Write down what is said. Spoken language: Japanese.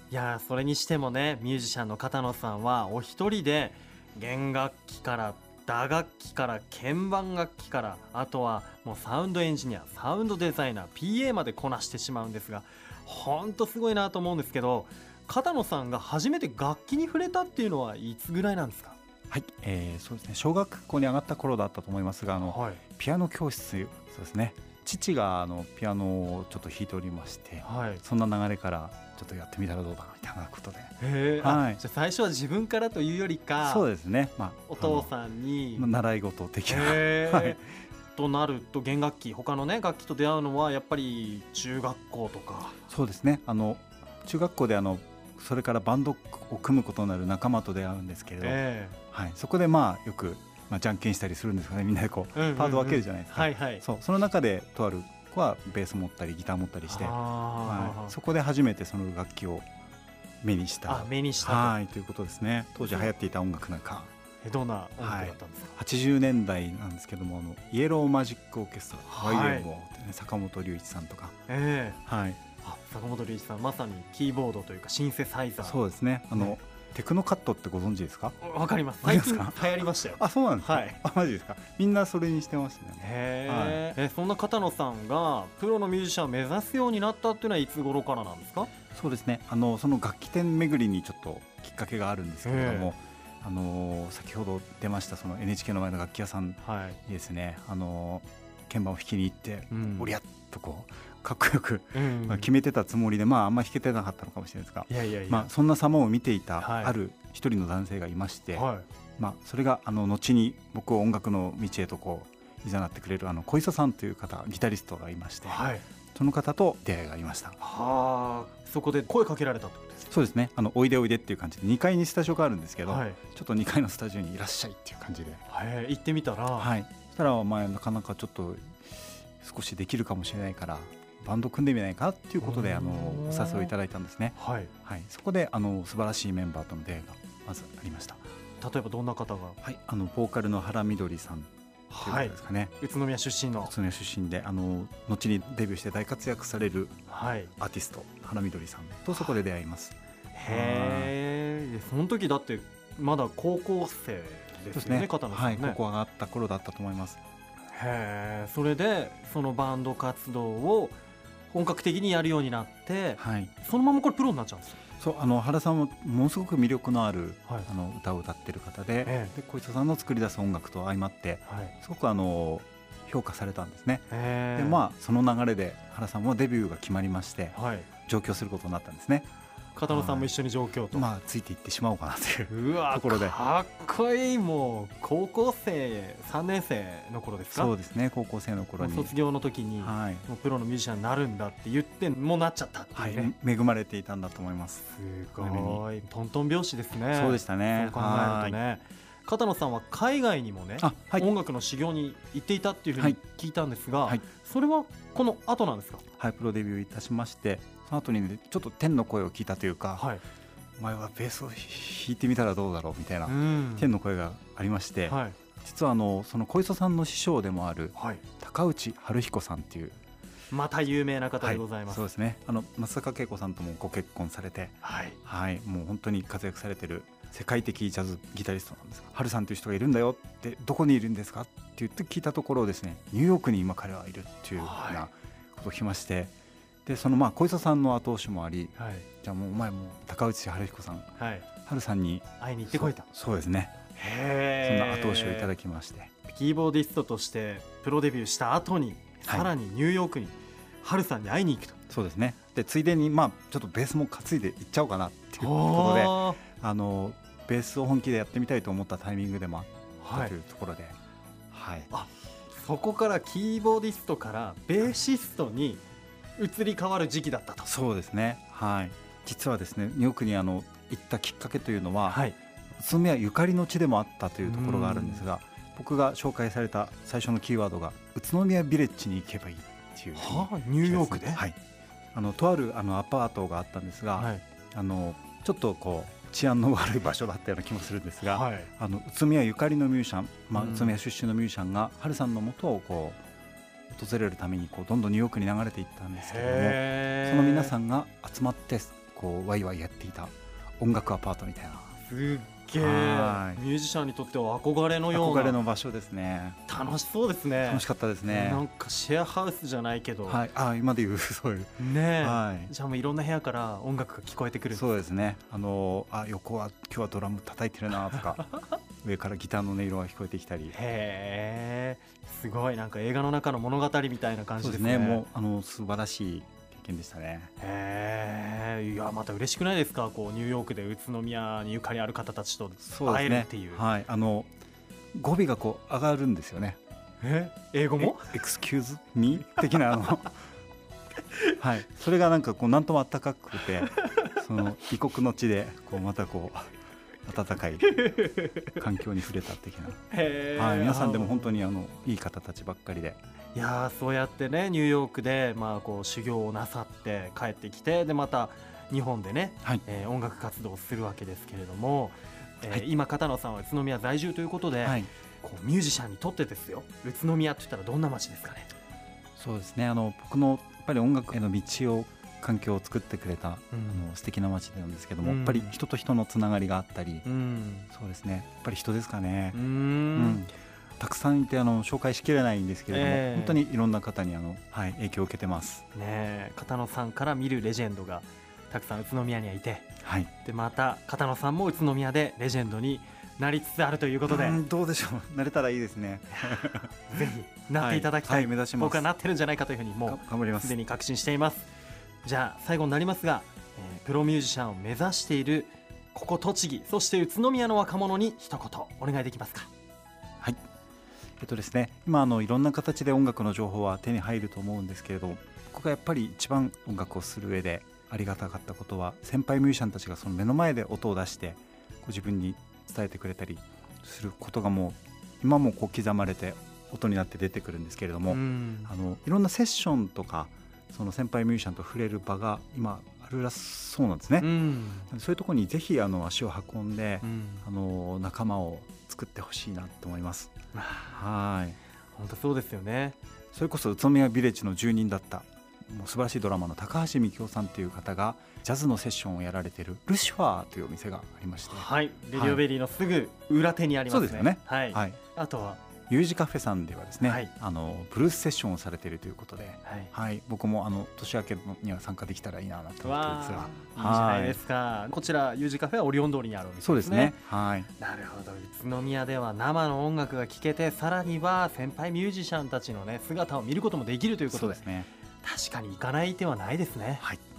いやそれにしてもね、ミュージシャンの片野さんはお一人で弦楽器から打楽器から鍵盤楽器から、あとはもうサウンドエンジニア、サウンドデザイナー、 PA までこなしてしまうんですが、ほんとすごいなと思うんですけど、片野さんが初めて楽器に触れたっていうのはいつぐらいなんですか？ はい、そうですね、小学校に上がった頃だったと思いますが、 はいピアノ教室、そうですね、父がピアノをちょっと弾いておりまして、 はい。 そんな流れからちょっとやってみたらどうだみたいなことで、 へー、 はい、 じゃあ最初は自分からというよりか、 そうですね、 お父さんに習い事的な、 へーはい、 となると弦楽器、他のね楽器と出会うのはやっぱり中学校とか。 そうですね、中学校でそれからバンドを組むことになる仲間と出会うんですけれど、はい、そこでよく、じゃんけんしたりするんですかね、みんなでこう、パート分けるじゃないですか、 はいはい。 その中でとある子はベース持ったりギター持ったりして、そこで初めてその楽器を目にしたということですね。当時流行っていた音楽なんか、 どんな音楽だったんですか ？80年代なんですけども、イエローマジックオーケストラ、 はい YMO ってね、坂本龍一さんとか、 はい、 はい、 坂本龍一さん、まさにキーボードというかシンセサイザー。 そうですね、テクノカットってご存知ですか？ わかります。 わかり最ますか？ 近流行りましたよ。 あ、そうなんですか、 はい。 マジですか？みんなそれにしてましたね。 へー、そんな片野さんがプロのミュージシャンを目指すようになったっていうのはいつ頃からなんですか？ そうですね、その楽器店巡りにちょっときっかけがあるんですけれども、先ほど出ましたその NHK の前の楽器屋さんにですね、鍵盤を弾きに行って、おりゃっとこうかっこよく、決めてたつもりで、あんま弾けてなかったのかもしれないですが、 いやいやいや、 そんな様を見ていたある一人の男性がいまして、それが後に僕を音楽の道へとこう誘ってくれる小磯さんという方、ギタリストがいまして、その方と出会いがありました。 そこで声かけられたってことですか？ そうですね、おいでおいでっていう感じで2階にスタジオがあるんですけど、 はい、 ちょっと2階のスタジオにいらっしゃいっていう感じで、 行ってみたら、 はい、そしたらなかなかちょっと少しできるかもしれないからバンド組んでみないかっていうことでお誘いいただいたんですね。 はいはい、そこで素晴らしいメンバーとの出会いがまずありました。 例えばどんな方が？ はい、ボーカルの原みどりさんという方ですかね、 宇都宮出身の。 宇都宮出身で後にデビューして大活躍されるアーティスト、原みどりさんとそこで出会います。 へー、その時だってまだ高校生ですよね、片野さんね。 はい、高校上がった頃だったと思います。 へー、それでそのバンド活動を本格的にやるようになって、そのままこれプロになっちゃうんですよ。 そう、原さんはものすごく魅力のある、歌を歌ってる方で、小磯さんの作り出す音楽と相まって、すごく評価されたんですね。でその流れで原さんもデビューが決まりまして、上京することになったんですね。 片野さんも一緒に上京と、 ついていってしまおうかなというところで。 かっこいい。もう高校生3年生の頃ですか？ そうですね、高校生の頃に卒業の時に、もうプロのミュージシャンになるんだって言ってもうなっちゃったっていうね、 恵まれていたんだと思います。 すごいトントン拍子ですね。 そうでしたね。 そう考えるとね、片野さんは海外にもね、音楽の修行に行っていたっていうふうに聞いたんですが、それはこの後なんですか？ はい、プロデビューいたしまして、その後に、ちょっと天の声を聞いたというか、お前はベースを弾いてみたらどうだろうみたいな天の声がありまして、実はその小磯さんの師匠でもある高内晴彦さんっていう、 また有名な方でございます。 そうですね、松坂慶子さんともご結婚されて、もう本当に活躍されてる世界的ジャズギタリストなんですが、春さんという人がいるんだよって、どこにいるんですかって言って聞いたところですね、ニューヨークに今彼はいるっていうようなことを聞きまして、でその小磯さんの後押しもあり、じゃあもうお前も高内晴彦さん、春さんに会いに行ってこいと。 そうですね、そんな後押しをいただきまして、 キーボーディストとしてプロデビューした後に、さらにニューヨークに春さんに会いに行くと。 そうですね。でついでにちょっとベースも担いでいっちゃおうかなっていうことで、ベースを本気でやってみたいと思ったタイミングでもあったというところで、 そこからキーボーディストからベーシストに移り変わる時期だったと。 そうですね、実はですね、ニューヨークに行ったきっかけというのは、宇都宮ゆかりの地でもあったというところがあるんですが、僕が紹介された最初のキーワードが宇都宮ビレッジに行けばいいっていう、 ニューヨークで、 とあるアパートがあったんですが、ちょっとこう治安の悪い場所だったような気もするんですが、宇都宮ゆかりのミュージシャン、宇都宮出身のミュージシャンが春さんの元をこう訪れるためにどんどんニューヨークに流れていったんですけれども、その皆さんが集まってこうワイワイやっていた音楽アパートみたいな、 すっげえ、ミュージシャンにとっては憧れのような、 憧れの場所ですね。 楽しそうですね。 楽しかったですね。 なんかシェアハウスじゃないけど、 はい、今で言うそういうね、 はい、 じゃあもういろんな部屋から音楽が聞こえてくる。 そうですね。横は今日はドラム叩いてるなとか上からギターの音色が聞こえてきたり、 へー、すごい、なんか映画の中の物語みたいな感じですね。 そうですね、もう素晴らしい経験でしたね。 いや、また嬉しくないですか、こうニューヨークで宇都宮にゆかりある方たちと会えるっていう。 はい、語尾がこう上がるんですよね。 英語もエクスキューズミー的なはい、それがなんかこうなんとも温かくて、その異国の地でこうまたこう温かい環境に触れた的なはい、皆さんでも本当にいい方たちばっかりで、 いや、そうやってねニューヨークでこう修行をなさって帰ってきて、でまた日本でね、 はい、 音楽活動をするわけですけれども、 はい、 今片野さんは宇都宮在住ということで、はい、こうミュージシャンにとってですよ、宇都宮って言ったらどんな街ですかね。 そうですね、僕のやっぱり音楽への道を環境を作ってくれた、素敵な街なんですけども、やっぱり人と人のつながりがあったり、そうですね、やっぱり人ですかね。たくさんいて紹介しきれないんですけれども、本当にいろんな方に影響を受けてますね。片野さんから見るレジェンドがたくさん宇都宮にはいて、はい、でまた片野さんも宇都宮でレジェンドになりつつあるということで、 どうでしょう、なれたらいいですねぜひなっていただきたい、 目指します。 僕はなってるんじゃないかというふうにもうすでに確信しています。じゃあ最後になりますが、プロミュージシャンを目指しているここ栃木、そして宇都宮の若者に一言お願いできますか。 はい、ですね、今いろんな形で音楽の情報は手に入ると思うんですけれども、ここがやっぱり一番音楽をする上でありがたかったことは、先輩ミュージシャンたちがその目の前で音を出してご自分に伝えてくれたりすることがもう今もこう刻まれて音になって出てくるんですけれども、いろんなセッションとかその先輩ミュージシャンと触れる場が今あるらそうなんですね。そういうところにぜひ足を運んで、仲間を作ってほしいなと思います。はい、 本当そうですよね。 それこそ宇都宮ビレッジの住人だったもう素晴らしいドラマの高橋美京さんという方がジャズのセッションをやられているルシファーというお店がありまして、 はい、レディオベリーのすぐ裏手にありますね。 そうですよね。 はい、あとはユージカフェさんではですね、ブルースセッションをされているということで、僕も年明けには参加できたらいいなと思ってるんですが、 いいじゃないですか。こちらユージカフェはオリオン通りにあるお店ですね。 そうですね。はい、 なるほど。宇都宮では生の音楽が聴けて、さらには先輩ミュージシャンたちのね姿を見ることもできるということで、 そうですね、 確かに行かない手はないですね。 はい。